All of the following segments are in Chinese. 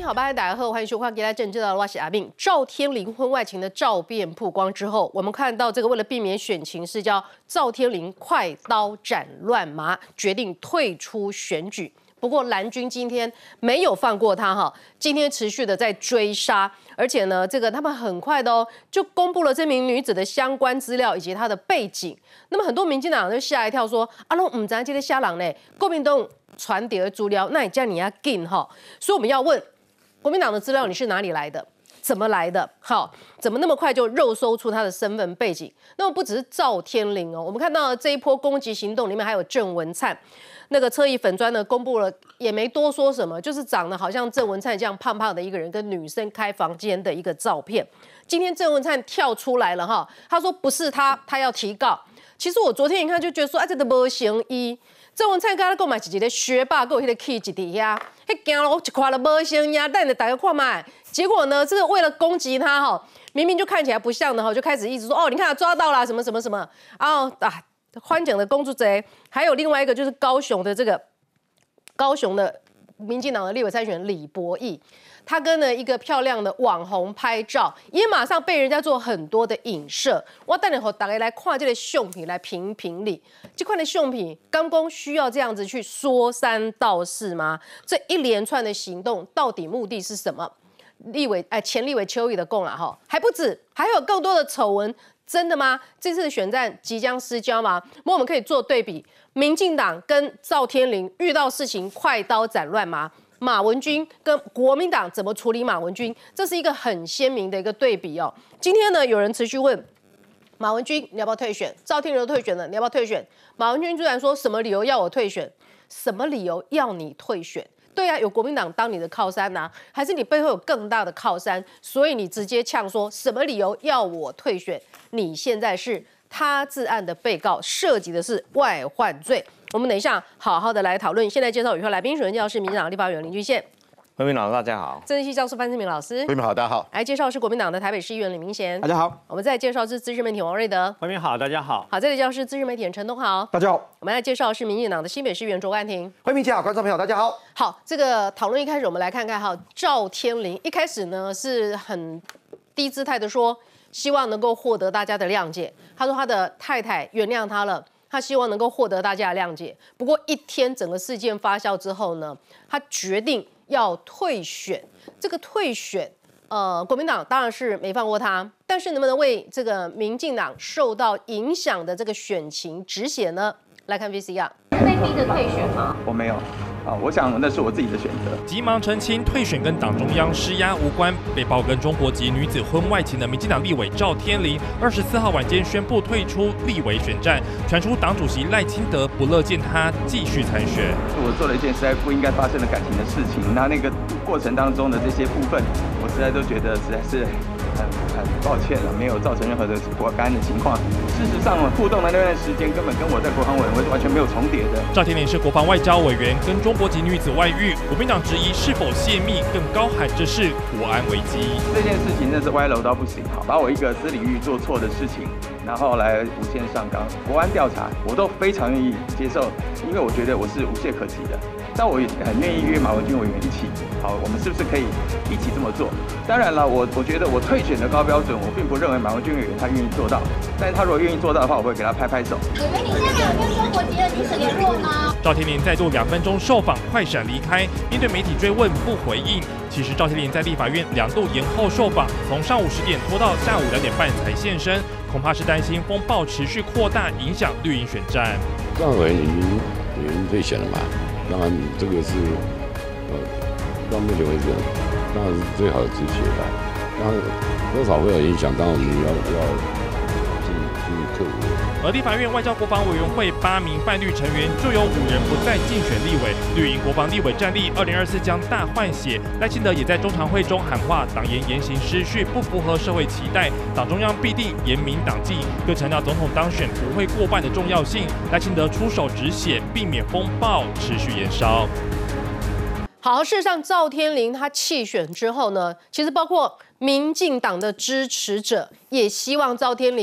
好，大家好，欢迎收看《今天政治的我是阿炳》。赵天麟婚外情的照片曝光之后，我们看到这个为了避免选情是叫赵天麟快刀斩乱麻，决定退出选举。不过蓝军今天没有放过他哈，今天持续的在追杀，而且呢，他们很快的就公布了这名女子的相关资料以及她的背景。那么很多民进党人就吓一跳说：“啊，拢唔知道这个下人呢，国民党传递的资料，那你叫你要紧哈。”所以我们要问国民党的资料你是哪里来的？怎么来的？好，怎么那么快就肉搜出他的身份背景？那么不只是赵天麟哦，我们看到这一波攻击行动里面还有郑文灿。那个侧翼粉专呢公布了，也没多说什么，就是长得好像郑文灿这样胖胖的一个人，跟女生开房间的一个照片。今天郑文灿跳出来了哈，他说不是他，他要提告。其实我昨天一看就觉得说，啊，这都没诚意。郑文灿刚才购买一个学霸，给我那个 key 一底遐，迄惊了我一看了没诚意，但你大家看嘛。结果呢，这个为了攻击他哈，明明就看起来不像的哈，就开始一直说哦，你看他抓到了什么什么什么，然后欢讲的公主贼，还有另外一个就是高雄的民进党的立委参选人李博义，他跟了一个漂亮的网红拍照，也马上被人家做很多的影射。我等下和大家来看这个相片来评评理，这款的相片，刚公需要这样子去说三道四吗？这一连串的行动到底目的是什么？前立委邱毅的供啦哈，还不止，还有更多的丑闻。真的吗？这次的选战即将失焦吗？我们可以做对比，民进党跟赵天麟遇到事情快刀斩乱麻，马文君跟国民党怎么处理马文君，这是一个很鲜明的一个对比哦。今天呢，有人持续问马文君你要不要退选？赵天麟都退选了，你要不要退选？马文君居然说什么理由要我退选？什么理由要你退选？对啊，有国民党当你的靠山啊，还是你背后有更大的靠山？所以你直接呛说什么理由要我退选？你现在是他治案的被告，涉及的是外患罪。我们等一下好好的来讨论。现在介绍与会来宾，首先介绍是民进党立法委员林俊宪。 慧敏老师大家好。 政治系教授范志明老师。 慧敏好，大家好。 来介绍是国民党的台北市议员李明贤。 大家好。 我们再介绍是资深媒体王瑞德。 慧敏好，大家好。 好，这里介绍是资深媒体人陈东豪。 大家好。 我们来介绍是民进党的新北市议员卓冠廷。 慧敏姐好，观众朋友大家好。 好，这个讨论一开始我们来看看哈，赵天麟一开始呢是很低姿态的说，希望能够获得大家的谅解。他说他的太太原谅他了。他希望能够获得大家的谅解，不过一天整个事件发酵之后呢，他决定要退选。这个退选，国民党当然是没放过他，但是能不能为这个民进党受到影响的这个选情止血呢？来看 VCR， 是被逼着退选吗？ 我没有。我想那是我自己的选择。 急忙澄清，退选跟党中央施压无关。被曝跟中国籍女子婚外情的民进党立委赵天麟，24号晚间宣布退出立委选战，传出党主席赖清德不乐见他继续参选。 我做了一件实在不应该发生的感情的事情，那个过程当中的这些部分，我实在都觉得实在是很抱歉了，没有造成任何的不干的情况。事实上，互动的那段时间根本跟我在国防委员会完全没有重叠的。 赵天麟是国防外交委员，跟中国籍女子外遇，国民党质疑是否泄密，更高喊这是国安危机。 这件事情真是歪楼到不行，好，把我一个私领域做错的事情，然后来无限上纲。国安调查我都非常愿意接受，因为我觉得我是无懈可击的。但我也很愿意约马文君委员一起，好，我们是不是可以一起这么做？当然了，我觉得我退选的高标准，我并不认为马文君委员他愿意做到，但是他如果愿意做到的话，我会给他拍拍手。 委员，你现在有跟中国籍的女子联络吗？ 赵天麟再度2分钟受访，快闪离开，面对媒体追问不回应。其实赵天麟在立法院2度延后受访，从上午10点拖到下午2点半才现身，恐怕是担心风暴持续扩大，影响绿营选战。 赵委员已经退选了嘛？当然，这个是到目前为止，当然是最好的止血吧。当然多少会有影响，当然我们要尽克服。 而立法院外交国防委员会8名泛绿成员，就有5人不再竞选立委。绿营国防立委战力2024将大换血。赖清德也在中常会中喊话，党言言行失序，不符合社会期待，党中央必定严明党纪，更强调总统当选不会过半的重要性。赖清德出手止血，避免风暴持续延烧。 好，事实上，赵天麟他弃选之后呢，其实包括民进党的支持者也希望赵天麟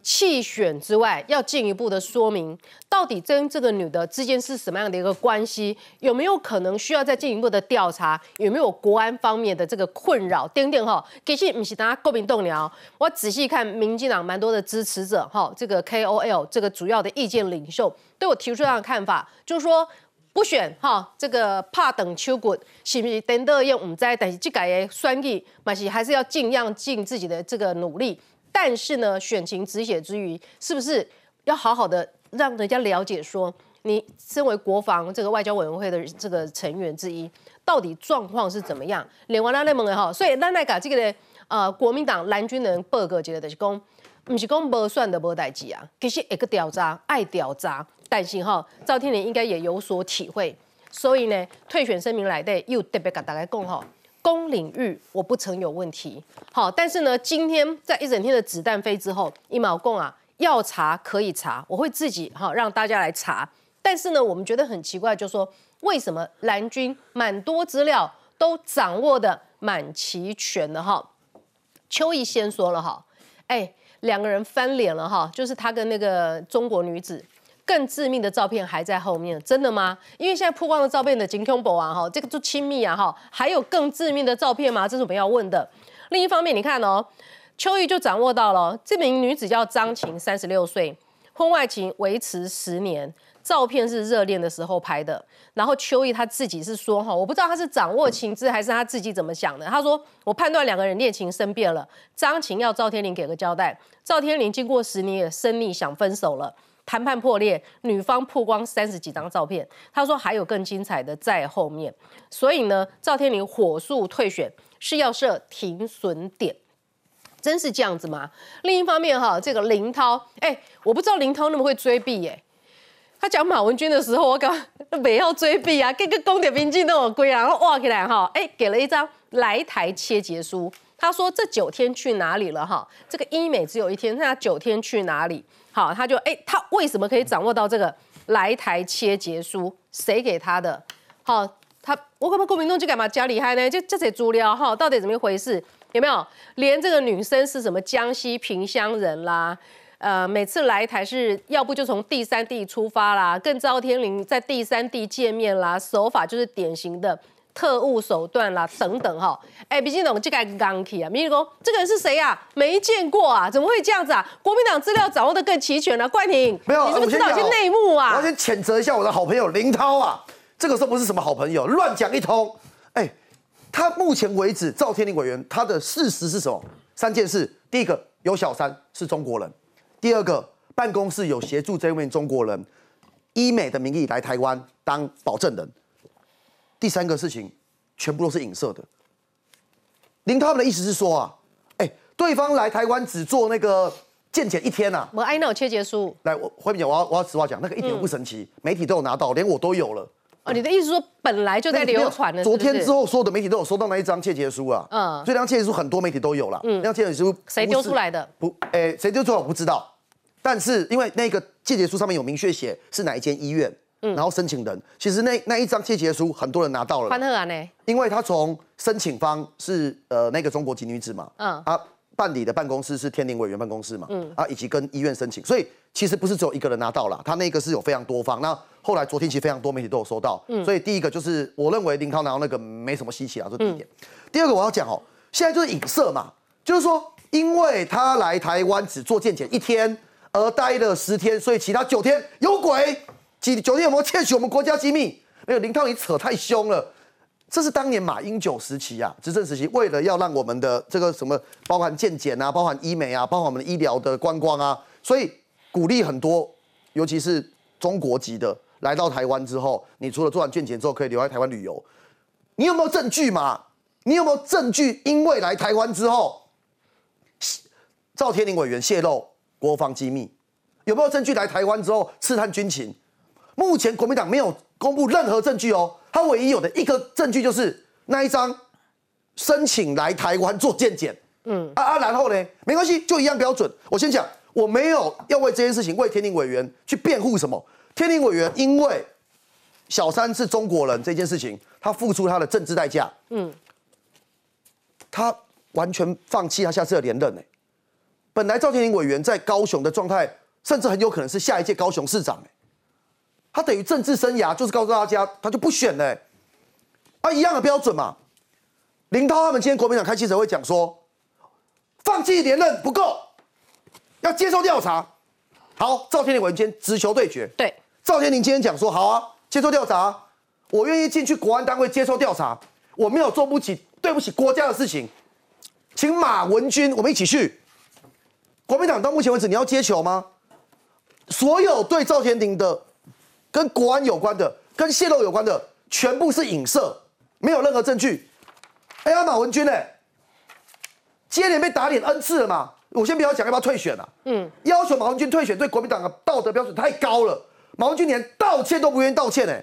弃选之外，要进一步的说明，到底跟这个女的之间是什么样的一个关系，有没有可能需要再进一步的调查，有没有国安方面的这个困扰等等哈。其实不是大家国民动摇，我仔细看民进党蛮多的支持者哈，这个 KOL 这个主要的意见领袖对我提出这样的看法，就是说不选哈，这个怕等秋骨是不是等到用唔知，但是这个的选举嘛是还是要尽量尽自己的这个努力。但是呢，选情止血之余，是不是要好好的让人家了解说，你身为国防这个外交委员会的这个成员之一，到底状况是怎么样？连完咱内问的哈，所以咱来把这个国民党蓝军人报告一个，就是讲，不是讲无算的无代志啊，其实一个调查爱调查，但是哈，赵天麟应该也有所体会，所以呢，退选声明来的又特别跟大家讲哈。公领域我不曾有问题，好，但是呢，今天在一整天的子弹飞之后，一毛共啊，要查可以查，我会自己让大家来查。但是呢，我们觉得很奇怪，就是说为什么蓝军蛮多资料都掌握的蛮齐全的哈？邱毅先说了哈，两个人翻脸了哈，就是他跟那个中国女子。更致命的照片还在后面，真的吗？因为现在曝光的照片的金恐怖啊，这个就亲密啊，还有更致命的照片吗？这是我们要问的。另一方面，你看哦，邱毅就掌握到了，这名女子叫张晴，36岁，婚外情维持10年，照片是热恋的时候拍的。然后邱毅他自己是说我不知道他是掌握情资还是他自己怎么想的。他说我判断两个人恋情生变了，张晴要赵天麟给个交代，赵天麟经过10年也生腻想分手了。谈判破裂，女方曝光30几张照片，他说还有更精彩的在后面，所以呢，赵天麟火速退选是要设停损点，真是这样子吗？另一方面这个林涛，我不知道林涛那么会追避他讲马文君的时候，我讲没要追避啊，跟个公点民进都有归啊，然后挖起来给了一张来台切结书，他说这9天去哪里了这个医美只有1天，那他9天去哪里？好，他就他为什么可以掌握到这个来台切结书？谁给他的？好，我干嘛国民党就干嘛加厉害呢？这些资料到底怎么一回事？有没有？连这个女生是什么江西萍乡人啦？每次来台是要不就从第3地出发啦，跟赵天麟在第3地见面啦，手法就是典型的。特务手段啦，等等毕竟这个刚起啊，民进党这个人是谁啊？没见过啊，怎么会这样子啊？国民党资料掌握得更齐全了，冠廷， 没有， 你是不是知道一些内幕啊？ 我要先谴责一下我的好朋友林涛啊，这个时候不是什么好朋友，乱讲一通。他目前为止，赵天麟委员他的事实是什么？3件事，第一个有小三是中国人，第二个办公室有协助这位中国人医美的名义来台湾当保证人。第3个事情，全部都是影射的。林涛们的意思是说对方来台湾只做那个健检1天啊， 我爱那有切结书。 来，慧敏姐，我要实话讲，那个一点都不神奇，媒体都有拿到，连我都有了。 你的意思说本来就在流传的？ 昨天之后，所有的媒体都有收到那一张切结书啊。所以那张切结书很多媒体都有了。那张切结书谁丢出来的？ 谁丢出来我不知道，但是因为那个切结书上面有明确写是哪一间医院。然后申请人，其实那一张切结书很多人拿到了， 欢贺啊呢， 因为他从申请方是那个中国籍女子嘛，办理的办公室是天麟委员办公室嘛，以及跟医院申请，所以其实不是只有一个人拿到啦，他那个是有非常多方。那后来昨天其实非常多媒体都有收到，所以第一个就是我认为林涛拿到那个没什么稀奇啊，这第一点。第二个我要讲现在就是影射嘛，就是说因为他来台湾只做健检1天，而待了10天，所以其他9天有鬼。9天有没有窃取我们国家机密？没有，林涛你扯太凶了。这是当年马英九时期执政时期，为了要让我们的这个什么，包含健检啊，包含医美啊，包含我们的医疗的观光啊，所以鼓励很多，尤其是中国籍的来到台湾之后，你除了做完健检之后可以留在台湾旅游，你有没有证据嘛？你有没有证据？因为来台湾之后，赵天麟委员泄露国防机密，有没有证据来台湾之后刺探军情？目前国民党没有公布任何证据他唯一有的一个证据就是那一张申请来台湾做健检，然后呢，没关系，就一样标准。我先讲，我没有要为这件事情为天麟委员去辩护什么。天麟委员因为小三是中国人这件事情，他付出他的政治代价，他完全放弃他下次的连任本来赵天麟委员在高雄的状态，甚至很有可能是下一届高雄市长，他等于政治生涯就是告诉大家，他就不选了，一样的标准嘛。林涛他们今天国民党开记者会讲说，放弃连任不够，要接受调查。好，赵天麟委员今天直球对决， 对， 赵天麟今天讲说，好啊，接受调查，我愿意进去国安单位接受调查，我没有做对不起国家的事情，请马文君我们一起去。国民党到目前为止，你要接球吗？所有对赵天麟的、跟国安有关的、跟泄露有关的，全部是影射，没有任何证据。马文君接连被打脸 N 次了嘛？我先不要讲要不要退选了，要求马文君退选，对国民党的道德标准太高了。马文君连道歉都不愿意道歉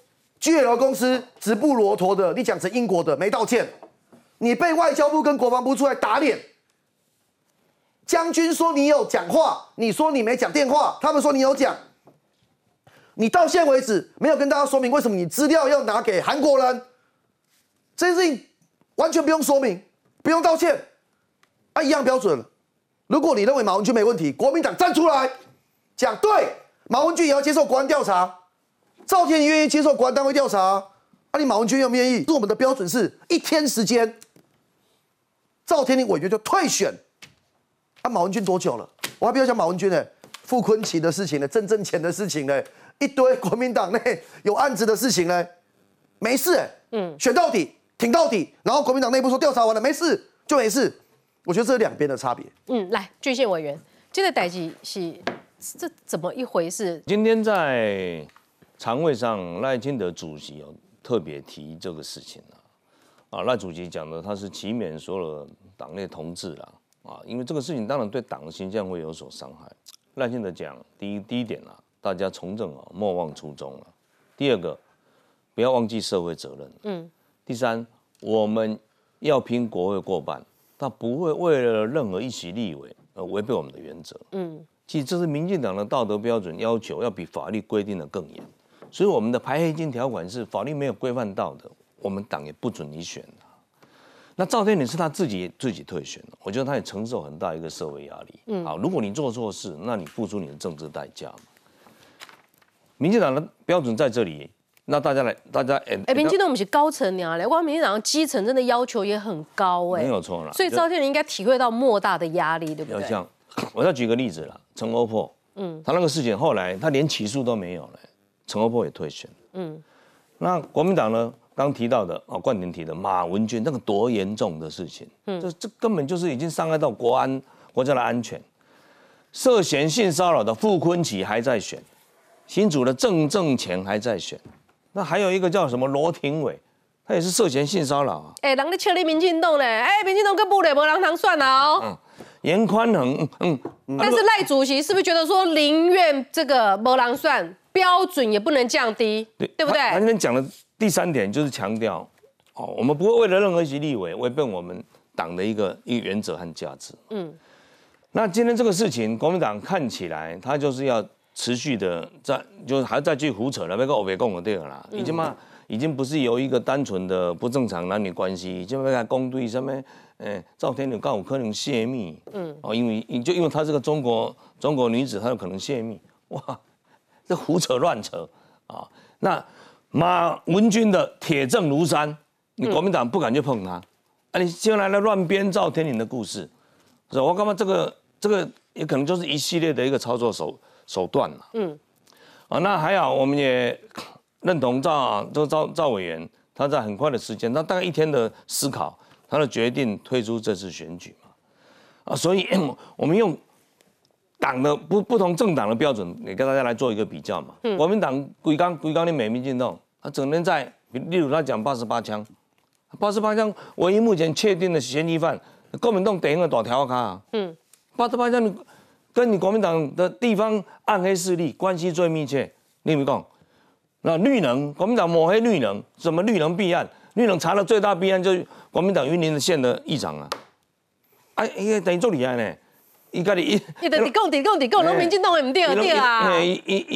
GL 公司直布罗陀的，你讲成英国的没道歉，你被外交部跟国防部出来打脸。将军说你有讲话，你说你没讲电话，他们说你有讲。你到现在为止没有跟大家说明为什么你资料要拿给韩国人，这件事情完全不用说明，不用道歉，一样标准了。如果你认为马文君没问题，国民党站出来讲对，马文君也要接受国安调查，赵天麟愿意接受国安单位调查，你马文君愿不愿意？我们的标准是1天时间，赵天麟委员就退选。马文君多久了？我还不要讲马文君傅崐萁的事情郑正乾的事情一堆国民党内有案子的事情没事选到底，挺到底，然后国民党内部说调查完了没事就没事，我觉得这是两边的差别。 来，俊宪委员，这个代志是这怎么一回事？ 今天在常会上，赖清德主席有特别提这个事情赖主席讲的他是期勉所有党内同志因为这个事情当然对党的形象会有所伤害。赖清德讲，第一点大家从政莫忘初衷第二个，不要忘记社会责任。第三，我们要拼国会过半，他不会为了任何一席立委而违背我们的原则。其实这是民进党的道德标准要求要比法律规定的更严，所以我们的排黑金条款是法律没有规范到的，我们党也不准你选那赵天麟是他自己退选我觉得他也承受很大一个社会压力。如果你做错事，那你付出你的政治代价嘛。民进党的标准在这里，那大家民进党不是高层嘞，我民进党基层真的要求也很高没有错啦。 所以赵天麟应该体会到莫大的压力，对不对？ 像我再举个例子啦，陈欧珀，他那个事情后来他连起诉都没有了，陈欧珀也退选。那国民党呢？刚提到的冠廷提的马文君那个多严重的事情，这根本就是已经伤害到国家的安全。涉嫌性骚扰的傅崐萁还在选，新竹的郑正乾还在选，那还有一个叫什么罗廷伟，他也是涉嫌性骚扰人在笑你民进党嘞，民进党跟部嘞没人通算严宽恒， 但是赖主席是不是觉得说宁愿这个没人算，标准也不能降低，对不对？ 他那边讲的第三点就是强调，我们不会为了任何一席立委违背我们党的一个原则和价值。那今天这个事情，国民党看起来他就是要持续的就是还再去胡扯了，那个欧北共的对了啦，已经不是由一个单纯的不正常男女关系，已经要攻对什么赵天麟刚有可能泄密，因为她是个中国女子，她有可能泄密，哇，这胡扯乱扯那马文君的铁证如山，你国民党不敢去碰他，你将来乱编赵天麟的故事，是吧？我感觉这个也可能就是一系列的一个操作手段那还好，我们也认同赵委员，他在很快的时间，他大概1天的思考，他的决定退出这次选举嘛，所以我们用党的不同政党的标准，也跟大家来做一个比较嘛。国民党规纲的美民进党，他整天在，例如他讲88枪，88枪唯一目前确定的嫌疑犯，国民党第一个大条卡88枪跟你国民党的地方暗黑势力关系最密切，你没讲？那绿能，国民党抹黑绿能，什么绿能弊案？绿能查的最大弊案就是国民党云林县的议长等于做厉害呢。你讲，拢民进党的唔对啊！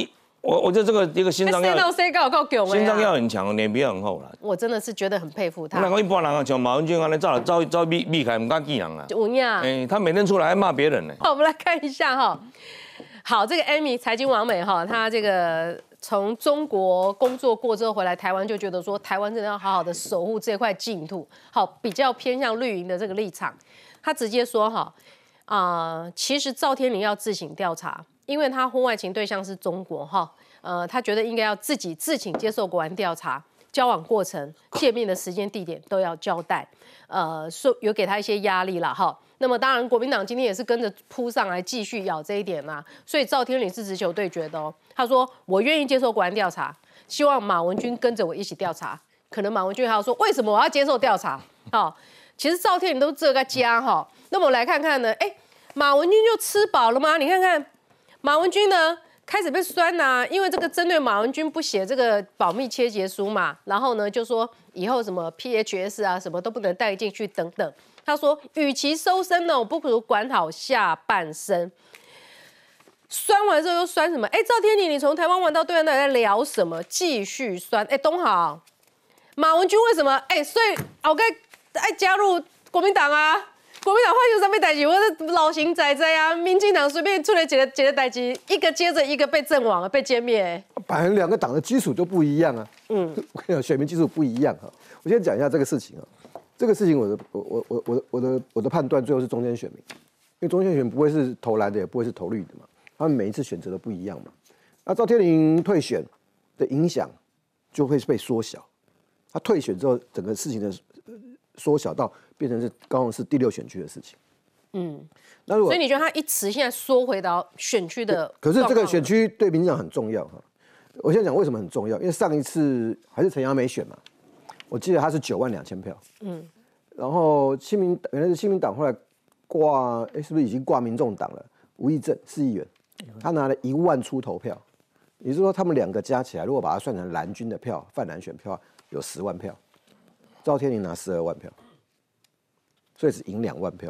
我觉得这个一个心脏要心脏要很强，脸皮要很厚啦。 我真的是觉得很佩服他。 那个一般人啊，像马文君安尼早避开，唔敢见人啊。 有呀。 他每天出来还骂别人呢。 好，我们来看一下哈。好，这个 Amy 财经网美哈，她这个从中国工作过之后回来台湾，就觉得说台湾真的要好好的守护这块净土，好，比较偏向绿营的这个立场。她直接说哈，其实赵天麟要自行调查，因为他婚外情对象是中国哈，他觉得应该要自请接受国安调查，交往过程、见面的时间、地点都要交代，说有给他一些压力了哈。那么当然，国民党今天也是跟着扑上来继续咬这一点啦，所以赵天麟是直球对决的哦。他说：“我愿意接受国安调查，希望马文君跟着我一起调查。”可能马文君还要说：“为什么我要接受调查？”好，其实赵天麟都这个家哈。那么我来看看呢，马文君就吃饱了吗？你看看马文君呢，开始被酸呐，因为这个针对马文君不写这个保密切结书嘛，然后呢就说以后什么 PHS 啊什么都不能带进去等等。他说，与其搜身呢，我不如管好下半身。酸完之后又酸什么？赵天麟，你从台湾玩到对岸到底在聊什么？继续酸。东豪，马文君为什么？所以我该爱加入国民党啊？国民党换有什么代志？我是老型仔仔啊！民进党随便出来几个代志，一个接着一个被阵亡了，被歼灭。 本来两个党的基础就不一样啊。我跟你讲，选民基础不一样哈。我先讲一下这个事情啊。这个事情我的判断最后是中间选民，因为中间选民不会是投蓝的，也不会是投绿的嘛，他们每一次选择的不一样嘛。那赵天麟退选的影响就会被缩小，他退选之后，整个事情的缩小到变成是高雄市第6选区的事情。那如果所以你觉得他一词现在缩回到选区的？ 可是这个选区对民进党很重要哈。我先讲为什么很重要，因为上一次还是陈阳梅选嘛。我记得他是92000票，然后原来是亲民党，后来挂，是不是已经挂民众党了？吴益政市议员，他拿了1万出头票，也就是说他们两个加起来，如果把它算成蓝军的票、泛蓝选票，有10万票，赵天麟拿12万票，所以只赢2万票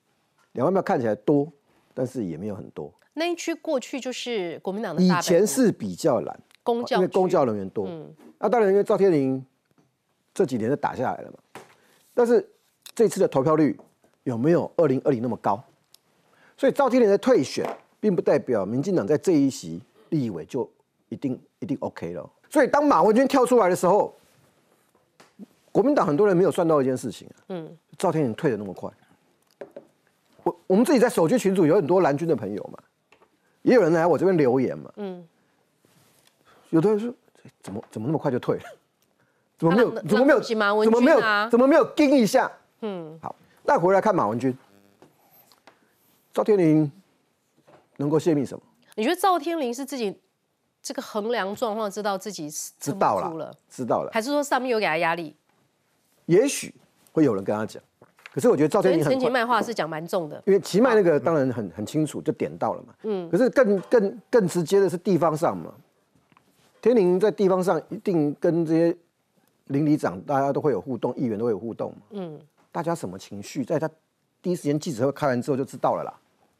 ，2万票看起来多，但是也没有很多。 那一区过去就是国民党的大本营， 以前是比较蓝，因为公教人员多，那当然因为赵天麟这几年就打下来了嘛，但是这次的投票率有没有2020那么高？所以赵天麟的退选，并不代表民进党在这一席立委就一定 OK 了。所以当马文君跳出来的时候，国民党很多人没有算到一件事情赵天麟退得那么快。我们自己在手机群组有很多蓝军的朋友嘛，也有人来我这边留言嘛，有的人说怎么那么快就退了？怎么没有盯一下？好，那回来看马文君，赵天麟能够泄密什么？ 你觉得赵天麟是自己这个衡量状况，知道自己知道了， 还是说上面有给他压力？ 也许会有人跟他讲，可是我觉得赵天麟陈其迈话是讲蛮重的， 因为其迈那个当然很清楚，就点到了嘛。可是更直接的是地方上嘛，天麟在地方上一定跟这些邻里长大家都会有互动，议员都会有互动嘛。大家什么情绪，在他第一时间记者会开完之后就知道了啦。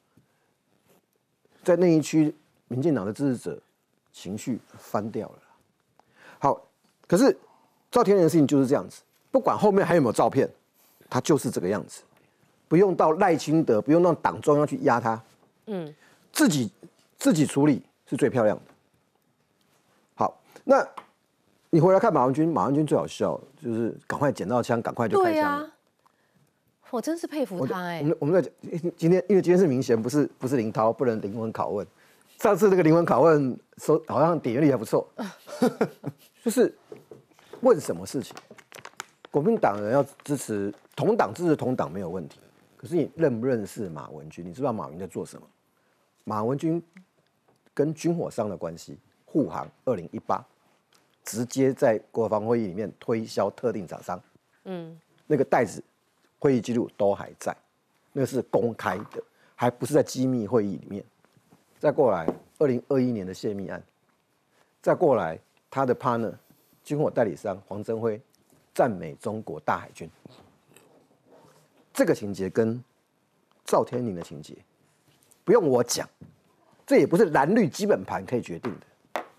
在那一区，民进党的支持者情绪翻掉了啦。好，可是赵天麟的事情就是这样子，不管后面还有没有照片，他就是这个样子，不用到赖清德，不用让党中央去压他，自己处理是最漂亮的。好，那你回来看马文君最好笑，就是赶快捡到枪，赶快就开枪。对啊， 我真是佩服他我们在讲今天，因为今天是明贤，不是林涛，不能灵魂拷问。上次那个灵魂拷问好像点阅率还不错，就是问什么事情，国民党人要支持同党，支持同党没有问题。可是你认不认识马文君？你知道马云在做什么？马文君跟军火商的关系，护航2018。直接在国防会议里面推销特定厂商，那个袋子会议记录都还在，那是公开的，还不是在机密会议里面。再过来，2021年的泄密案，再过来他的 partner 军火代理商黄镇辉赞美中国大海军，这个情节跟赵天麟的情节不用我讲，这也不是蓝绿基本盘可以决定的。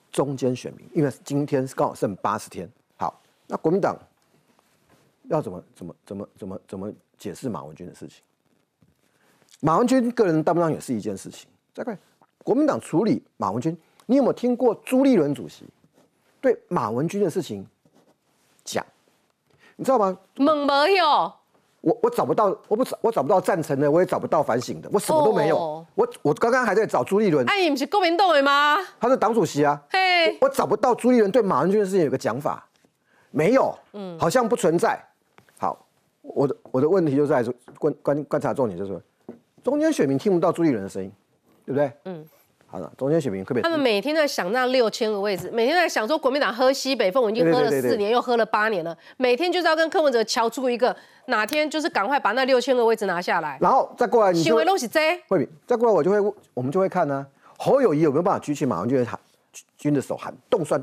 中间选民，因为今天刚好剩80天。好，那国民党要怎么解释马文君的事情？马文君个人当不当也是一件事情。再看国民党处理马文君，你有没有听过朱立伦主席对马文君的事情讲？你知道吗？ 猛没有。 我找不到，我找不到赞成的，我也找不到反省的，我什么都没有。我刚刚还在找朱立伦。 你不是国民党的吗？ 他是党主席啊。 嘿， 我找不到朱立伦对马文君的事情有个讲法，没有，好像不存在。好，我的问题就在观察重点就是说，中间选民听不到朱立伦的声音，对不对？好了，中间选民可不可以？ 他们每天都在想那6000个位置，每天都在想说国民党喝西北风，我已经喝了4年，又喝了8年了，每天就是要跟柯文哲敲出一个哪天就是赶快把那6000个位置拿下来， 然后再过来你就行为都是这， 慧敏，再过来我们就会看呢，侯友宜有没有办法举起马文君的手喊动算，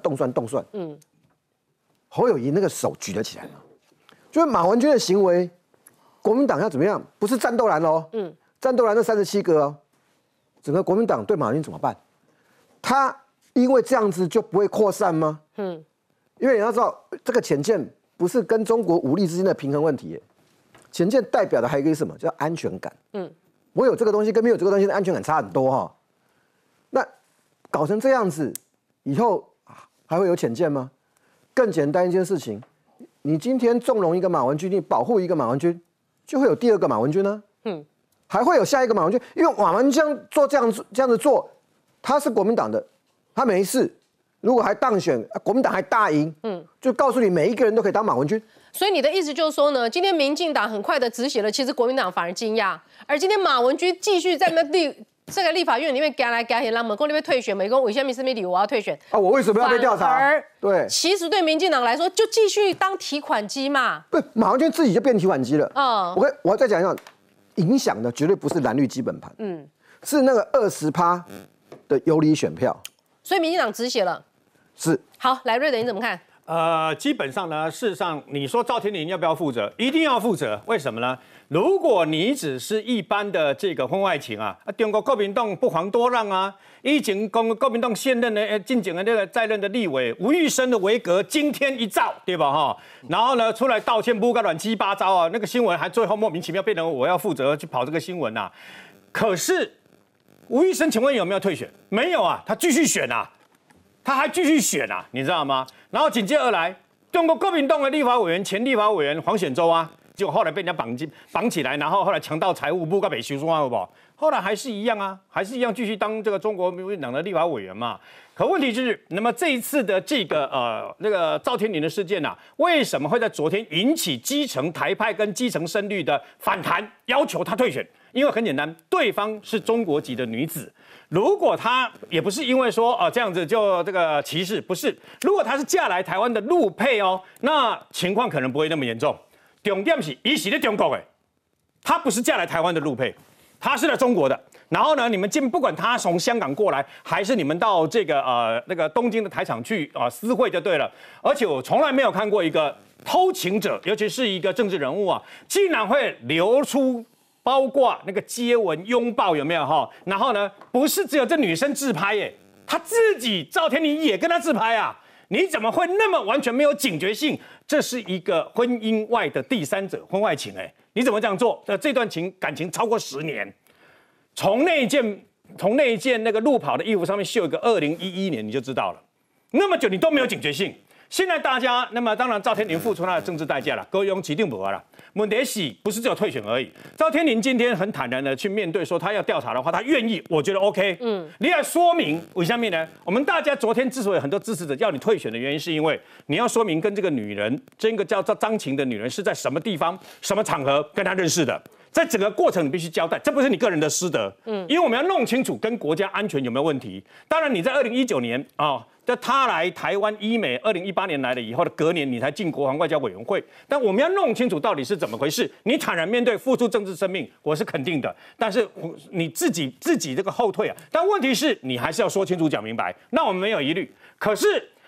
侯友宜那个手举得起来吗？就是马文君的行为，国民党要怎么样？不是战斗蓝哦，战斗蓝那37个哦。整个国民党对马文君怎么办？他因为这样子就不会扩散吗？因为你要知道，这个潜舰不是跟中国武力之间的平衡问题耶，潜舰代表的还有一个什么叫安全感？我有这个东西跟没有这个东西的安全感差很多哈。那搞成这样子，以后还会有潜舰吗？更简单一件事情，你今天纵容一个马文君，你保护一个马文君，就会有第2个马文君呢。还会有下一个马文君，因为马文君这样子做，他是国民党的，他没事。如果还当选，国民党还大赢，就告诉你每一个人都可以当马文君。 所以你的意思就是说呢，今天民进党很快的止血了，其实国民党反而惊讶，而今天马文君继续在这个立法院里面赶来赶去，让美国那边退选，美国为什么理由我要退选？ 我为什么要被调查？对， 其实对民进党来说，就继续当提款机嘛。 不，马文君自己就变提款机了。我要再讲一讲。影响的绝对不是蓝绿基本盘，是那个20%的游离选票， 所以民进党止血了。 是。 好，来瑞德你怎么看？ 基本上呢，事实上你说赵天麟要不要负责？一定要负责。为什么呢？如果你只是一般的这个婚外情中国国民党不遑多让啊，以前国民党现任的进前的那个在任的立委吴玉生的维格惊天一照，对吧哈？然后呢出来道歉，不个乱七八糟啊，那个新闻还最后莫名其妙变成我要负责去跑这个新闻啊。可是吴玉生请问有没有退选？没有啊，他继续选啊。他还继续选啊，你知道吗？然后紧接而来，中国国民党的立法委员、前立法委员黄显洲啊，结果后来被人家绑起来，然后后来强盗财务部跟北修说好不好？后来还是一样啊，还是一样继续当这个中国民进党的立法委员嘛。可问题就是，那么这一次的这个那个赵天麟的事件啊，为什么会在昨天引起基层台派跟基层深绿的反弹，要求他退选？因为很简单，对方是中国籍的女子。如果她也不是因为说这样子就这个歧视，不是。如果她是嫁来台湾的陆配哦，那情况可能不会那么严重。重点是，她是在中国的，她不是嫁来台湾的陆配，她是在中国的。然后呢，你们不管她从香港过来，还是你们到这个那个东京的台场去私会就对了。而且我从来没有看过一个偷情者，尤其是一个政治人物竟然会流出。包括那个接吻、拥抱有没有哈？然后呢，不是只有这女生自拍耶，她自己赵天麟也跟她自拍啊！你怎么会那么完全没有警觉性？这是一个婚姻外的第三者，婚外情你怎么这样做？这段感情超过10年，从那一件那个路跑的衣服上面绣一个2011年，你就知道了。那么久你都没有警觉性。现在大家，那么当然赵天麟付出他的政治代价了，各用其定不了。问题是不是只有退选而已？赵天麟今天很坦然的去面对，说他要调查的话，他愿意，我觉得 OK。你要说明为什么呢？我们大家昨天之所以很多支持者要你退选的原因，是因为你要说明跟这个女人，这个叫张晴的女人是在什么地方、什么场合跟她认识的。在整个过程你必须交代，这不是你个人的私德，因为我们要弄清楚跟国家安全有没有问题。当然你在2019年他来台湾医美，2018年来了以后的隔年你才进国防外交委员会，但我们要弄清楚到底是怎么回事。你坦然面对，付出政治生命，我是肯定的。但是你自己这个后退啊，但问题是你还是要说清楚讲明白，那我们没有疑虑。可是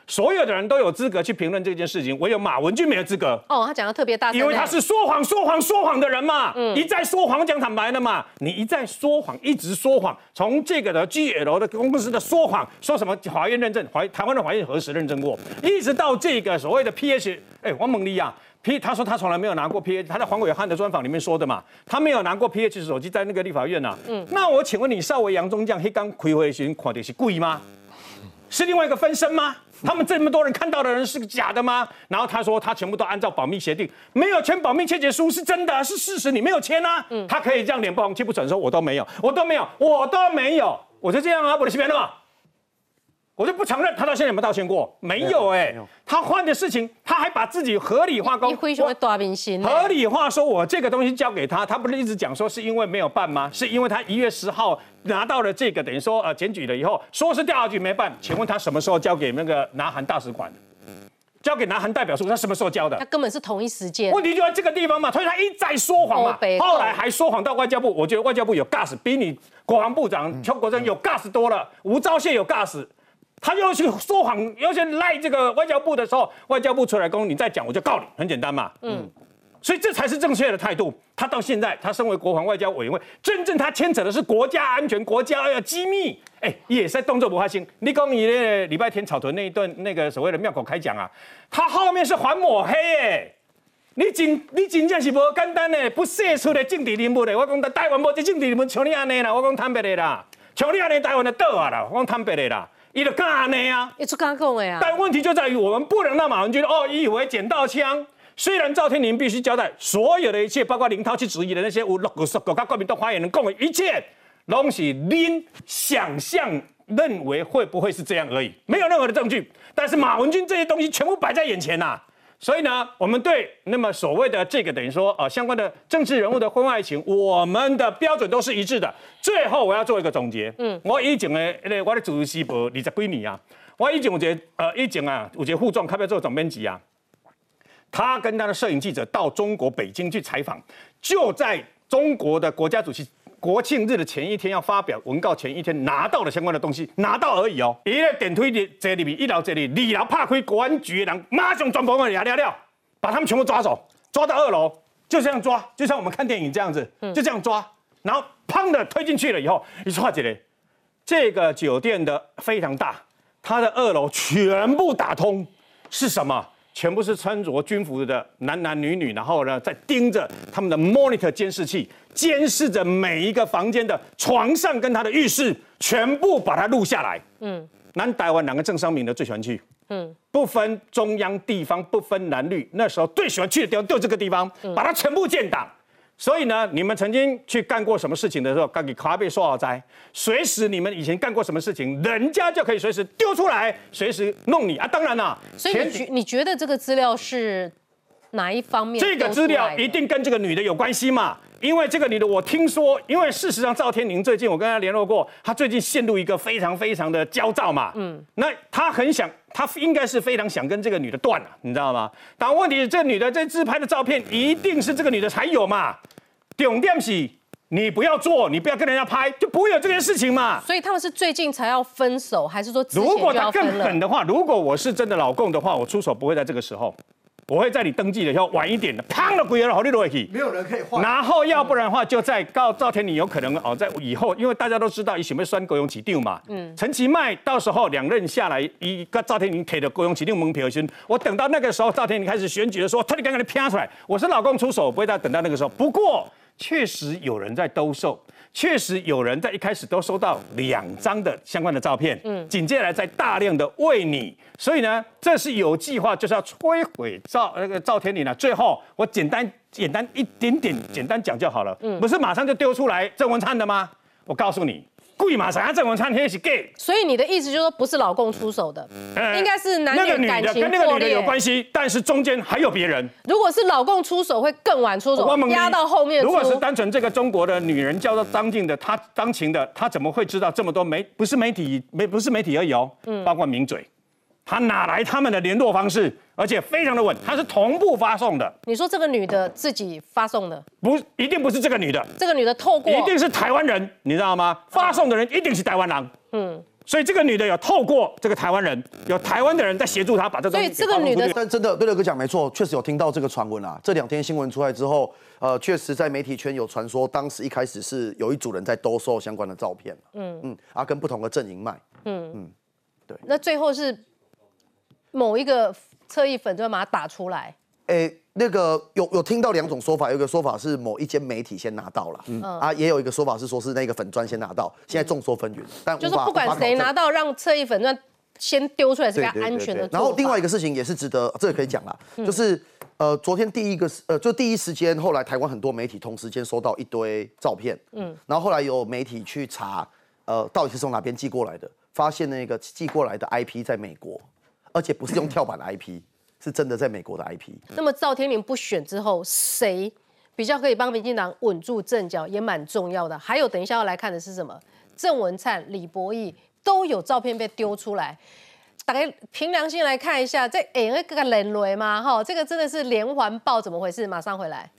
所有的人都有资格去评论这件事情，唯有马文君没有资格。 哦，他讲的特别大声， 因为他是说谎的人嘛，一再说谎，讲坦白的嘛，你一再说谎，一直说谎，从这个的 GL 的公司的说谎，说什么法院认证，台湾的法院核实认证过，一直到这个所谓的 PH， 王猛利啊。他说他从来没有拿过 PH， 他在黄伟汉的专访里面说的嘛，他没有拿过 PH 手机在那个立法院呐。那我请问你，邵维杨宗将黑刚开会时看的是故意吗？是另外一个分身吗？他们这么多人看到的人是假的吗？然后他说他全部都按照保密协定，没有签保密切结书是真的，是事实，你没有签啊。他可以这样脸不红气不喘说我都没有，我就这样啊，我的西边的嘛。我就不承认，他到现在有没有道歉过？没有他换的事情，他还把自己合理化，合理化说我这个东西交给他，他不是一直讲说是因为没有办吗？是因为他1月10号拿到了这个，等于说检举了以后，说是调查局没办，请问他什么时候交给那个南韩大使馆的？交给南韩代表处，他什么时候交的？ 他根本是同一时间。 问题就在这个地方嘛，所以他一再说谎嘛，后来还说谎到外交部，我觉得外交部有 gas， 比你国防部长邱国正有 gas 多了，吴钊燮有 gas。他又去说谎，又去赖这个外交部的时候，外交部出来公，你再讲我就告你，很简单嘛。所以这才是正确的态度。他到现在，他身为国防外交委员会，真正他牵扯的是国家安全、国家机密。也是动作不发心。你讲你那礼拜天草屯那一段那个所谓的庙口开讲啊，他后面是还抹黑你真正是无简单不写出的政治人物我讲台湾无这政治人物像你安尼啦，我讲坦白的啦，像你安尼台湾就倒啊啦，我讲坦白的啦。他就敢安尼啊， 就敢讲的啊。 但问题就在于我们不能让马文君以为捡到枪。虽然赵天麟必须交代所有的一切，包括林涛去质疑的那些有国家国民党发言人讲的一切，都是您想象认为会不会是这样而已，没有任何的证据。但是马文君这些东西全部摆在眼前呐。所以呢，我们对那么所谓的这个等于说相关的政治人物的婚外情，我们的标准都是一致的。最后我要做一个总结。我以前的我的主持部20几年啊，我以前有一个副总，他要做总编辑啊，他跟他的摄影记者到中国北京去采访，就在中国的国家主席国庆日的前一天要发表文告前一天拿到了相关的东西，拿到而已哦。伊咧电梯坐里面，1楼坐里，2楼拍开国安局的人，马上全部了，把他们全部抓走，抓到2楼，就这样抓，就像我们看电影这样子，就这样抓，然后砰的推进去了以后，你说起来，这个酒店的非常大，它的2楼全部打通，是什么？全部是穿着军服的男女，然后呢，在盯着他们的 monitor 监视器，监视着每一个房间的床上跟他的浴室，全部把它录下来。南台湾2个政商名的最喜欢去，不分中央地方，不分蓝绿，那时候最喜欢去的地方就这个地方，把它全部建档。所以呢，你们曾经去干过什么事情的时候，该给卡被说好哉，随时你们以前干过什么事情，人家就可以随时丢出来，随时弄你啊！当然啦， 所以你觉得这个资料是哪一方面？ 这个资料一定跟这个女的有关系嘛？因为这个女的，我听说，因为事实上赵天麟最近我跟他联络过，他最近陷入一个非常的焦躁嘛。那他应该是非常想跟这个女的断了，你知道吗？但问题是，这女的这自拍的照片一定是这个女的才有嘛？重点是，你不要做，你不要跟人家拍，就不会有这件事情嘛。 所以他们是最近才要分手，还是说之前就要分了？ 如果他更狠的话，如果我是真的老公的话，我出手不会在这个时候。我会在你登记的时候晚一点的，砰的鬼了，好你落去， 没有人可以换。 然后要不然的话，就在告赵天麟有可能在以后，因为大家都知道以前要选高雄市长嘛，陈其迈到时候2任下来，跟赵天麟摕到高雄市长门票先，我等到那个时候，赵天麟开始选举的时候，他就刚刚拼出来，我是老公出手，不会再等到那个时候。不过确实有人在兜售。确实有人在一开始都收到2张的相关的照片，紧接着来再大量的为你，所以呢，这是有计划，就是要摧毁赵天麟啊。最后我简单一点点简单讲就好了，不是马上就丢出来郑文灿的吗？我告诉你。故意马上郑文灿那是 gay， 所以你的意思就是说不是老公出手的，应该是男女感情跟那个女的有关系，但是中间还有别人。 如果是老公出手，会更晚出手，压到后面。 如果是单纯这个中国的女人叫做张静的，她张琴的，她怎么会知道这么多不是媒体而已哦，包括名嘴。他哪来他们的联络方式？而且非常的稳，他是同步发送的。 你说这个女的自己发送的？ 不，一定不是这个女的。 这个女的透过， 一定是台湾人，你知道吗？发送的人一定是台湾人。 所以这个女的有透过这个台湾人，有台湾的人在协助她把这东西。 所以这个女的， 但真的对乐哥讲没错，确实有听到这个传闻啊。这2天新闻出来之后，确实在媒体圈有传说，当时一开始是有一组人在兜售相关的照片，跟不同的阵营卖，对。 那最后是某一个侧翼粉专把它打出来。 那个有听到2种说法，有一个说法是某一间媒体先拿到了，也有一个说法是说是那个粉专先拿到，现在众说纷纭。但就是不管谁拿到，让侧翼粉专先丢出来是比较安全的做法。 然后另外一个事情也是值得，这个可以讲啦，就是昨天第一时间，后来台湾很多媒体同时间收到一堆照片，然后后来有媒体去查，到底是从哪边寄过来的，发现那个寄过来的 IP 在美国，而且不是用跳板的 IP。是真的在美国的 IP。 那么赵天麟不选之后，谁比较可以帮民进党稳住阵脚，也蛮重要的。还有等一下要来看的是什么？郑文灿、李博毅都有照片被丢出来，大家凭良心来看一下，这那个人雷吗？哈，这个真的是连环爆，怎么回事？马上回来。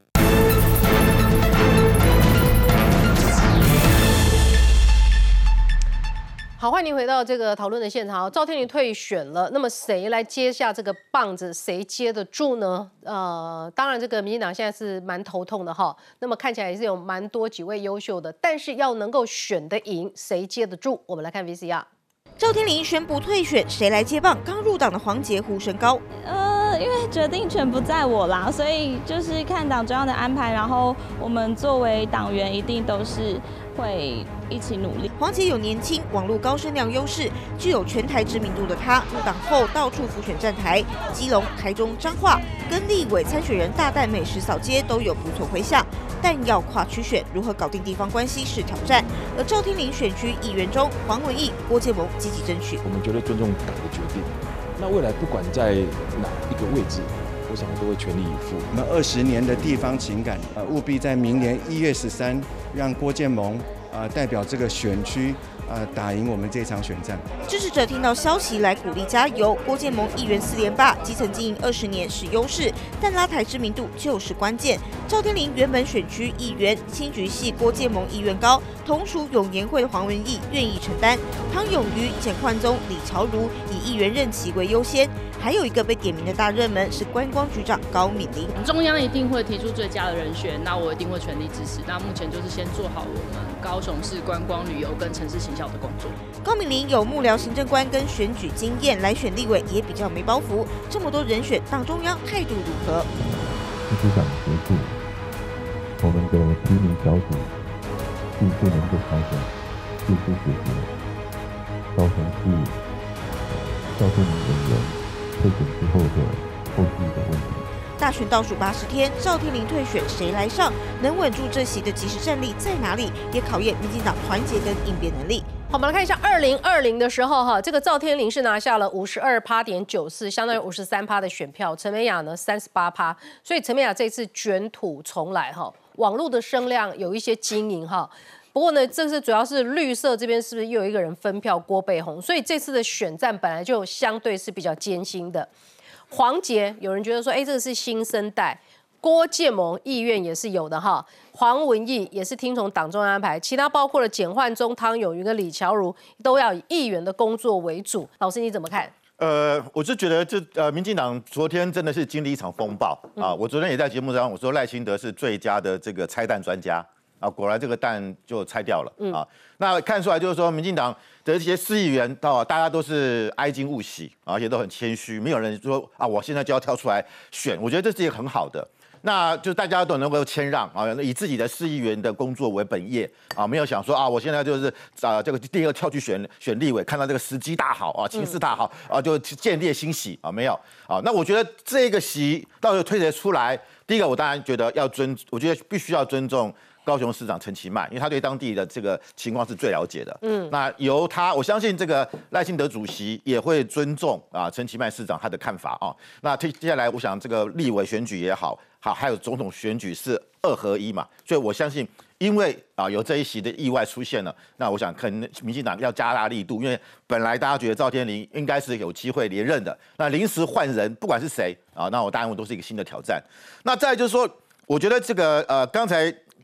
好，欢迎您回到这个讨论的现场。赵天麟退选了，那么谁来接下这个棒子？谁接得住呢？当然，这个民进党现在是蛮头痛的哈。那么看起来也是有蛮多几位优秀的，但是要能够选得赢，谁接得住？我们来看 VCR。 赵天麟宣布退选，谁来接棒？刚入党的黄捷呼声高。 因为决定权不在我啦，所以就是看党中央的安排，然后我们作为党员一定都是会一起努力。 黄捷有年轻、网络高声量优势，具有全台知名度的他，入党后到处辅选站台，基隆、台中、彰化，跟立委参选人大啖美食扫街都有不错回响。但要跨区选，如何搞定地方关系是挑战。而赵天麟选区议员中，黄文义、郭建盟积极争取。 我们绝对尊重党的决定。那未来不管在哪一个位置，我想都会全力以赴。 我们20年的地方情感，务必在明年1月13，让郭建盟代表这个选区打赢我们这场选战。 支持者听到消息来鼓励加油。郭建盟议员4连霸，基层经营20年是优势，但拉抬知名度就是关键。赵天麟原本选区议员，新局系郭建盟意愿高，同属永延会的黄文义愿意承担。汤永瑜、简焕宗、李乔如以议员任期为优先。还有一个被点名的大热门是观光局长高敏玲。 中央一定会提出最佳的人选，那我一定会全力支持。那目前就是先做好我们高雄市观光旅游跟城市行销的工作。 高敏玲有幕僚行政官跟选举经验，来选立委也比较没包袱。这么多人选，党中央态度如何？ 秘书长协助，我们的提名小组迅速能够开展，迅速解决高雄市赵天麟人员退选之后的后续的问题。 大选倒数80天，赵天麟退选，谁来上？能稳住这席的即时战力在哪里？也考验民进党团结跟应变能力。 好，我们来看一下2020的时候，这个赵天麟是拿下了52.94%，相当于53%的选票，陈美雅呢38%，所以陈美雅这次卷土重来网络的声量有一些经营不过呢，这次主要是绿色这边是不是又有一个人分票郭背宏，所以这次的选战本来就相对是比较艰辛的。黄捷有人觉得说，这个是新生代，郭建盟意愿也是有的黄文义也是听从党中央安排，其他包括了简焕宗、汤永瑜跟李乔如都要以议员的工作为主。老师你怎么看？ 我是觉得民进党昨天真的是经历一场风暴啊！我昨天也在节目上我说赖清德是最佳的这个拆弹专家。果然这个蛋就拆掉了啊！那看出来就是说，民进党的这些市议员大家都是哀矜勿喜，而且都很谦虚，没有人说我现在就要跳出来选。我觉得这是一个很好的，那就大家都能够谦让以自己的市议员的工作为本业没有想说我现在就是这个第二跳去选立委，看到这个时机大好情势大好就见猎欣喜没有那我觉得这个席到时候推得出来，第一个我当然觉得我觉得必须要尊重高雄市长陈其迈，因为他对当地的这个情况是最了解的。那由他，我相信这个赖清德主席也会尊重陈其迈市长他的看法那接下来，我想这个立委选举也好，还有总统选举是2合1嘛，所以我相信，因为有这一席的意外出现了，那我想可能民进党要加大力度，因为本来大家觉得赵天麟应该是有机会连任的，那临时换人，不管是谁那我答应我都是一个新的挑战。那再来就是说，我觉得这个刚才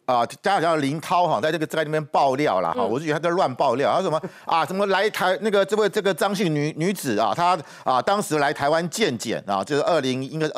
家长林涛哈，在那边爆料啦哈，我就觉得他在乱爆料，他什么什么来台那个这个张姓女子啊，她当时来台湾健检啊，就是应该是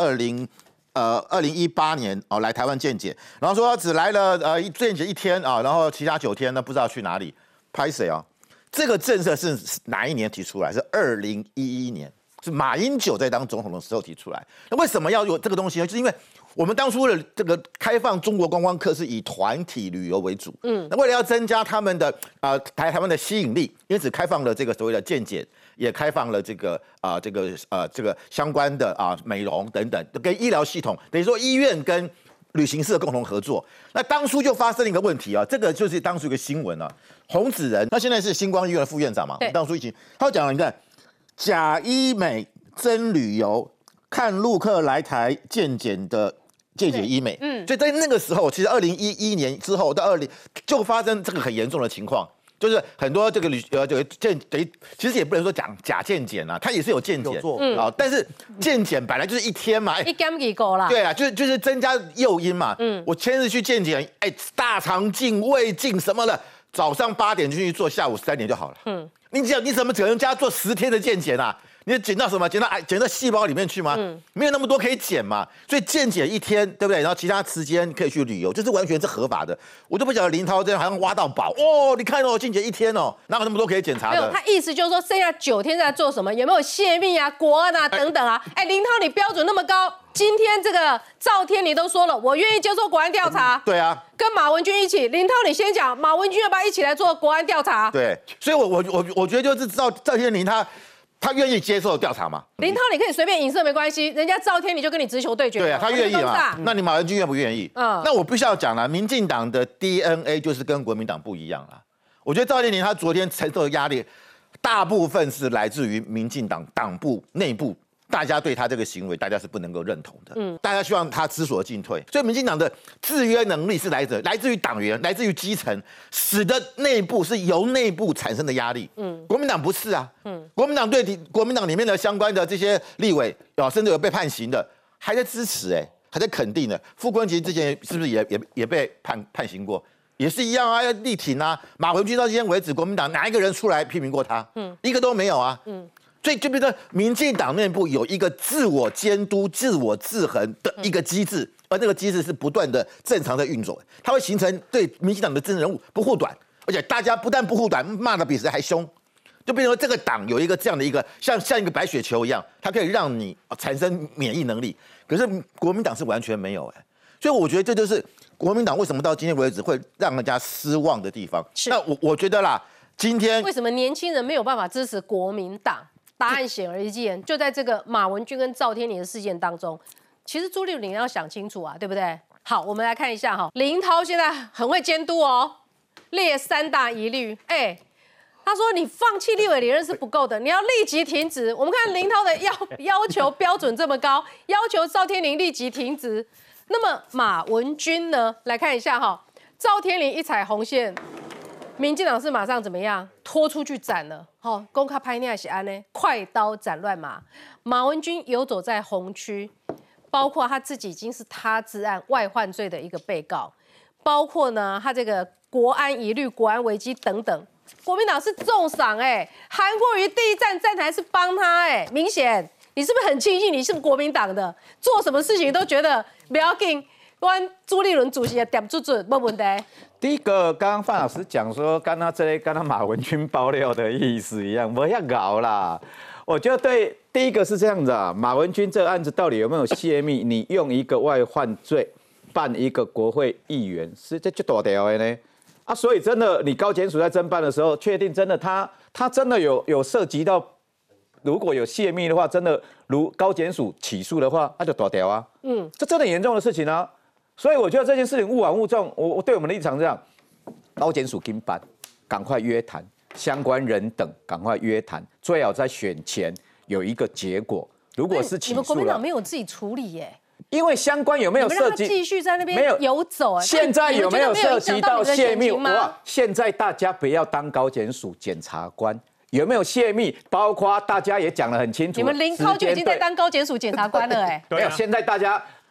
2018年来台湾健检，然后说只来了健检1天啊，然后其他9天呢不知道去哪里，拍谁啊？这个政策是哪一年提出来？是2011年。是马英九在当总统的时候提出来。那为什么要有这个东西呢？就是因为我们当初的这个开放中国观光客是以团体旅游为主，那为了要增加他们的台湾的吸引力，因此开放了这个所谓的健检，也开放了这个相关的美容等等，跟医疗系统，等于说医院跟旅行社共同合作。那当初就发生了一个问题啊，这个就是当初一个新闻啊，洪子仁，他现在是星光医院的副院长嘛，当初他讲了，你看。假医美真旅游，看陆客来台健检的健检医美，所以在那个时候，其实2011年之后到就发生这个很严重的情况，就是很多这个其实也不能说讲假健检啊，它也是有健检但是健检本来就是1天嘛， 一天几个啦， 对啊，就是增加诱因嘛，我前日去健检，大肠镜、胃镜什么的，早上8点进去做，下午3点就好了，你怎么可能加做10天的健检啊？你检到什么？检到细胞里面去吗？没有那么多可以检嘛。所以健检1天，对不对？然后其他时间可以去旅游，就是完全是合法的。我都不晓得林涛这样好像挖到宝哦！你看哦，健检1天哦，哪有那么多可以检查的？ 没有，他意思就是说剩下9天在做什么？有没有泄密啊、国安啊等等啊？林涛你标准那么高，今天这个赵天麟都说了，我愿意接受国安调查。 对啊， 跟马文君一起。林涛你先讲，马文君要不要一起来做国安调查？ 对，所以我觉得就是赵天麟他愿意接受调查嘛？ 林涛你可以随便影射没关系，人家赵天麟就跟你直球对决。 对啊，他愿意嘛？那你马文君愿不愿意？那我必须要讲了，民进党的 DNA 就是跟国民党不一样了。我觉得赵天麟他昨天承受的压力，大部分是来自于民进党党部内部。大家对他这个行为，大家是不能够认同的。大家希望他知所进退，所以民进党的制约能力是来自于党员，来自于基层，使得内部是由内部产生的压力。国民党不是啊。国民党对国民党里面的相关的这些立委甚至有被判刑的，还在支持还在肯定的。傅昆萁之前是不是也被判刑过？也是一样啊，要力挺啊。马文君到今天为止，国民党哪一个人出来批评过他？一个都没有啊。所以就变成民进党内部有一个自我监督、自我制衡的一个机制，而那个机制是不断的正常的运作，它会形成对民进党的政治人物不护短，而且大家不但不护短，骂得比谁还凶，就变成这个党有一个这样的一个像一个白雪球一样，它可以让你产生免疫能力。可是国民党是完全没有所以我觉得这就是国民党为什么到今天为止会让人家失望的地方。那我觉得啦，今天为什么年轻人没有办法支持国民党？答案显而易见，就在这个马文君跟赵天麟的事件当中，其实朱立伦要想清楚啊，对不对？好，我们来看一下林涛现在很会监督列3大疑虑。他说你放弃立委连任是不够的，你要立即停职。我们看林涛的要求标准这么高，要求赵天麟立即停职。那么马文君呢？来看一下赵天麟一踩红线。民进党是马上怎么样拖出去斩了？公开拍那是安呢，快刀斩乱麻。马文君游走在红区，包括他自己已经是他治案外患罪的一个被告，包括呢他这个国安疑虑、国安危机等等。国民党是重赏韩国瑜第一站站台是帮他明显你是不是很庆幸你是国民党的，做什么事情都觉得不要紧。朱立伦主席也点准准，没问题。 第一个，刚刚范老师讲说，跟他马文君爆料的意思一样，不要搞啦。我觉得对，第一个是这样子啊，马文君这个案子到底有没有泄密？你用一个外患罪办一个国会议员，是这就大条的呢？所以真的，你高检署在侦办的时候，确定真的他真的有涉及到，如果有泄密的话，真的如高检署起诉的话，那就大条啊。这真的很严重的事情啊。所以我觉得这件事情勿枉勿重。我对我们的立场这样，高检署跟办，赶快约谈相关人等，赶快约谈，最好在选前有一个结果。如果是起诉了， 你们国民党没有自己处理因为相关有没有涉及？ 继续在那边游走现在有没有涉及到泄密？现在大家不要当高检署检察官，有没有泄密？包括大家也讲得很清楚， 你们林涛就已经在当高检署检察官了没有，现在大家。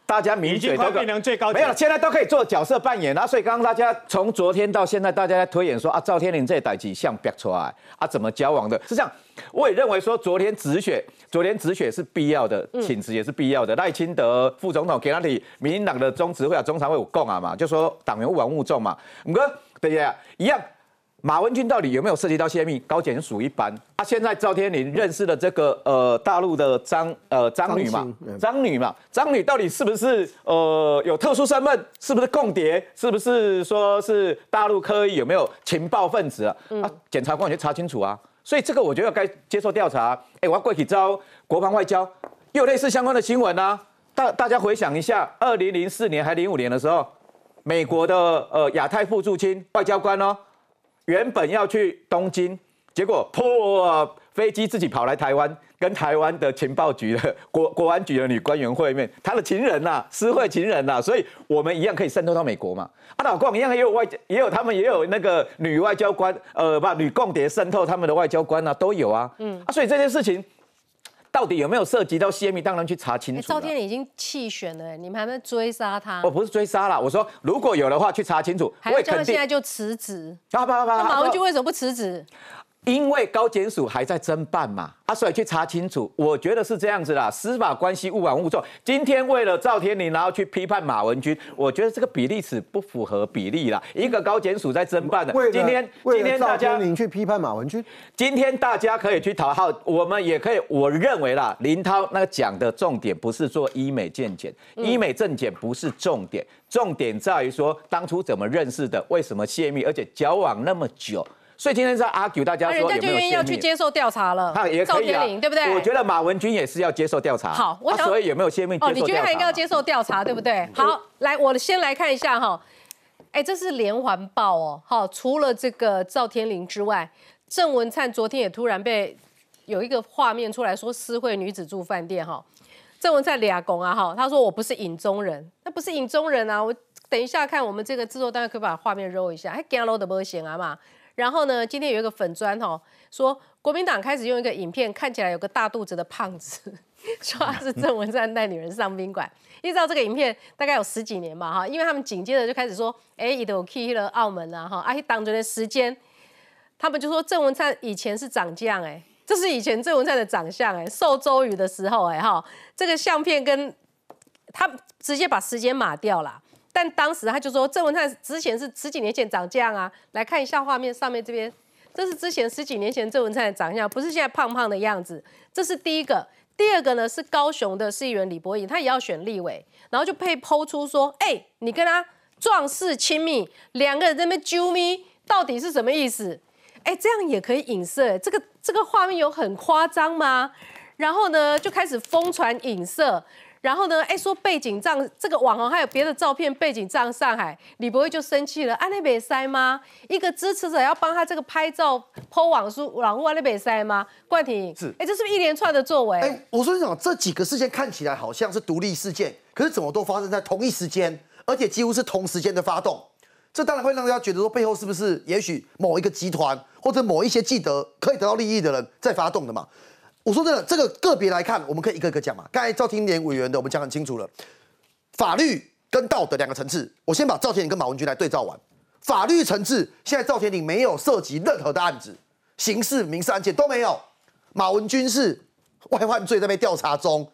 大家名嘴都变成最高没有了，现在都可以做角色扮演啊。所以刚刚大家从昨天到现在，大家在推演说啊，赵天麟这代志像逼出来啊，怎么交往的？是这样，我也认为说昨天止血是必要的，请辞也是必要的。赖清德副总统给那里民进党的中执会啊、中常会有讲啊嘛，就说党员勿往勿重嘛。不过对呀，一样。马文君到底有没有涉及到泄密？高检署一般。现在赵天麟认识了这个大陆的张女嘛，张女到底是不是有特殊身份？是不是共谍？是不是说是大陆刻意有没有情报分子啊？检察官也去查清楚啊。所以这个我觉得该接受调查。我要过去招国防外交，又有类似相关的新闻啊。大家回想一下，2004年还05年的时候，美国的亚太副驻青外交官哦。原本要去东京，结果飞机自己跑来台湾，跟台湾的情报局的国安局的女官员会面，他的情人呐，私会情人呐，所以我们一样可以渗透到美国嘛。老共一样他们也有那个女外交官，女共谍渗透他们的外交官啊，都有啊。所以这件事情。到底有没有涉及到泄密？当然去查清楚。 赵天麟已经弃选了，你们还在追杀他？ 我不是追杀啦，我说如果有的话，去查清楚。 还要叫他现在就辞职？ 那马文君为什么不辞职？ 因为高检署还在侦办嘛，所以去查清楚。我觉得是这样子啦，司法关系勿往勿重。今天为了赵天麟，然后去批判马文君，我觉得这个比例尺不符合比例啦。一个高检署在侦办的，今天大家你去批判马文君， 今天大家可以去讨好，我们也可以。我认为啦，林涛那个讲的重点不是做医美健检，医美健检不是重点，重点在于说当初怎么认识的，为什么泄密，而且交往那么久。所以今天在 argue 大家说有没有泄密？人家就愿意要去接受调查了。 也可以啊， 对不对？ 我觉得马文君也是要接受调查。 好， 所以有没有泄密？ 你觉得他应该要接受调查，对不对？好，来，我先来看一下哈。这是连环爆哦。好，除了这个赵天麟之外，郑文灿昨天也突然被有一个画面出来说私会女子住饭店哈。郑文灿俩公啊哈，他说我不是影中人，那不是影中人啊。我等一下看我们这个制作单位可以把画面揉一下，还惊楼的不行啊嘛。然后呢，今天有一个粉专说国民党开始用一个影片，看起来有个大肚子的胖子，说他是郑文灿带女人上宾馆。一直到这个影片大概有10几年吧因为他们紧接着就开始说，伊都去了澳门啊当中的时间，他们就说郑文灿以前是长将这是以前郑文灿的长相受周瑜的时候这个相片跟他直接把时间码掉了。但当时他就说郑文灿之前是10几年前长相啊，来看一下画面上面这边，这是之前10几年前郑文灿的长相，不是现在胖胖的样子。这是第一个。第二个呢是高雄的市议员李柏颖，他也要选立委，然后就被剖出说，你跟他壮士亲密，2个人在那边揪咪，到底是什么意思？这样也可以影射，这个画面有很夸张吗？然后呢就开始疯传影射。然后呢，说背景仗这个网红还有别的照片背景仗上海，李柏惟就生气了，那没塞吗？一个支持者要帮他这个拍照 po 网络那没塞吗？冠廷是，这是不是一连串的作为？ 我说你讲这几个事件看起来好像是独立事件，可是怎么都发生在同一时间，而且几乎是同时间的发动，这当然会让大家觉得说背后是不是也许某一个集团或者某一些既得可以得到利益的人在发动的嘛？我说真的，这个个别来看，我们可以一个一个讲嘛。刚才赵天麟委员的我们讲很清楚了，法律跟道德2个层次。我先把赵天麟跟马文君来对照完。法律层次，现在赵天麟没有涉及任何的案子，刑事、民事案件都没有。马文君是外患罪在被调查中。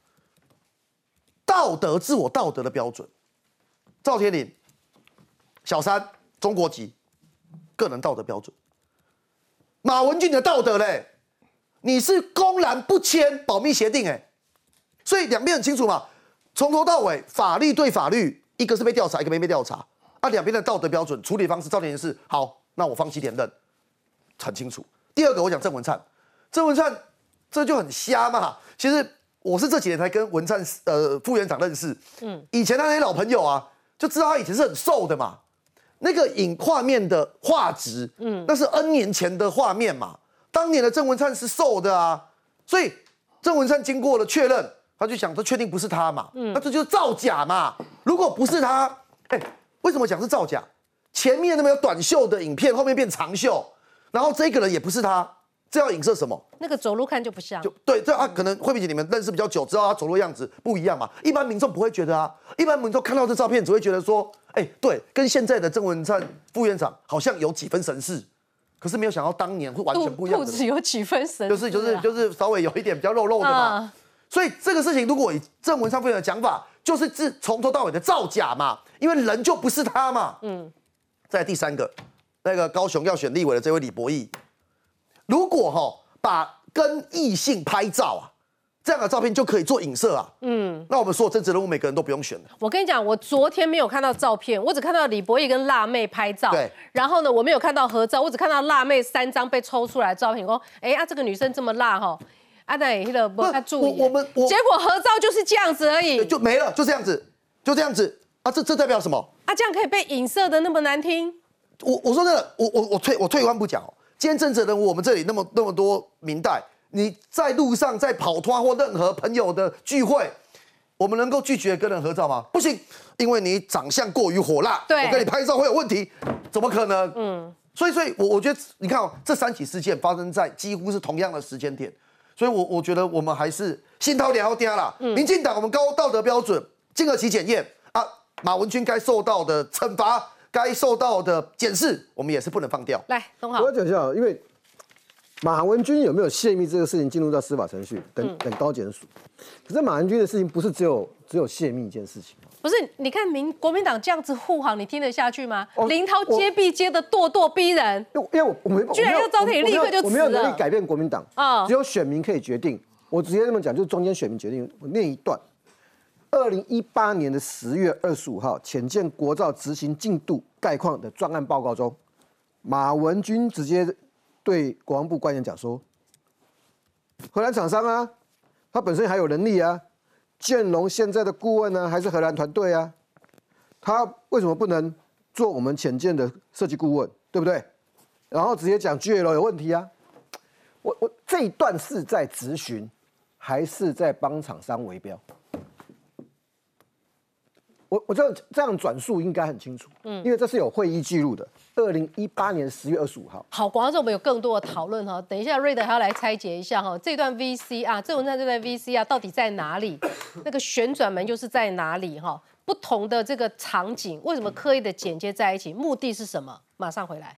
道德自我道德的标准，赵天麟小三中国籍，个人道德标准。马文君的道德嘞？你是公然不签保密协定所以两边很清楚嘛，从头到尾法律对法律，一个是被调查，一个没被调查两边的道德标准处理方式，赵天麟是好，那我放弃连任，很清楚。第二个我讲郑文灿这就很瞎嘛。其实我是这几年才跟文灿副院长认识，以前他那些老朋友啊，就知道他以前是很瘦的嘛，那个画面的画质，那是 N 年前的画面嘛。当年的郑文灿是瘦的啊，所以郑文灿经过了确认，他就想，这确定不是他嘛？那这就是造假嘛？如果不是他，为什么讲是造假？前面那么有短袖的影片，后面变长袖，然后这个人也不是他， 这要影射什么？ 那个走路看就不像。 对，这可能慧萍姐你们认识比较久，知道他走路样子不一样嘛。一般民众不会觉得啊，一般民众看到这照片只会觉得说，对，跟现在的郑文灿副院长好像有几分神似，可是没有想到当年会完全不一样的。 肚子有几分神似， 就是稍微有一点比较肉肉的嘛。所以这个事情，如果以郑文灿副院长的讲法，就是从头到尾的造假嘛，因为人就不是他嘛。再来第3个，那个高雄要选立委的这位李博义。如果把跟异性拍照啊，这样的照片就可以做影射啊，那我们所有政治人物每个人都不用选了。 我跟你讲，我昨天没有看到照片，我只看到李博义跟辣妹拍照， 对， 然后呢，我没有看到合照，我只看到辣妹3张被抽出来的照片，说，这个女生这么辣哈，那那个不要注意，结果合照就是这样子而已， 就没了，就这样子啊，这代表什么？ 这样可以被影射的那么难听？ 我说真的，我退一万步讲今天政治人物，我们这里那么多民代，你在路上在跑团或任何朋友的聚会，我们能够拒绝跟人合照吗？不行，因为你长相过于火辣，我跟你拍照会有问题，怎么可能？所以我觉得你看这3起事件发生在几乎是同样的时间点，所以我觉得我们还是心头两条啦。民进党我们高道德标准经得起检验啊，马文君该受到的惩罚。该受到的检视，我们也是不能放掉。 来，东豪， 我要讲一下，因为马文君有没有泄密这个事情进入到司法程序，等高检署。可是马文君的事情不是只有泄密一件事情。 不是，你看国民党这样子护航，你听得下去吗？林涛接币接的咄咄逼人， 因为我们居然要赵天宇立刻就辞了， 我没有能力改变国民党只有选民可以决定。我直接这么讲，就是中间选民决定。我念一段。2018年的10月25号，浅见国造执行进度概况的专案报告中，马文君直接对国防部官员讲说：“荷兰厂商啊，他本身还有能力啊，建龙现在的顾问呢，还是荷兰团队啊，他为什么不能做我们浅见的设计顾问，对不对？”然后直接讲 GL 有问题啊。我这一段是在质询，还是在帮厂商围标？我这样转述应该很清楚，因为这是有会议记录的。2018年10月25号。 好，广告之后我们有更多的讨论哈。等一下瑞德还要来拆解一下哈，这段 VCR， 郑文灿这段 VCR 到底在哪里？那个旋转门又是在哪里哈？不同的这个场景为什么刻意的剪接在一起？目的是什么？马上回来。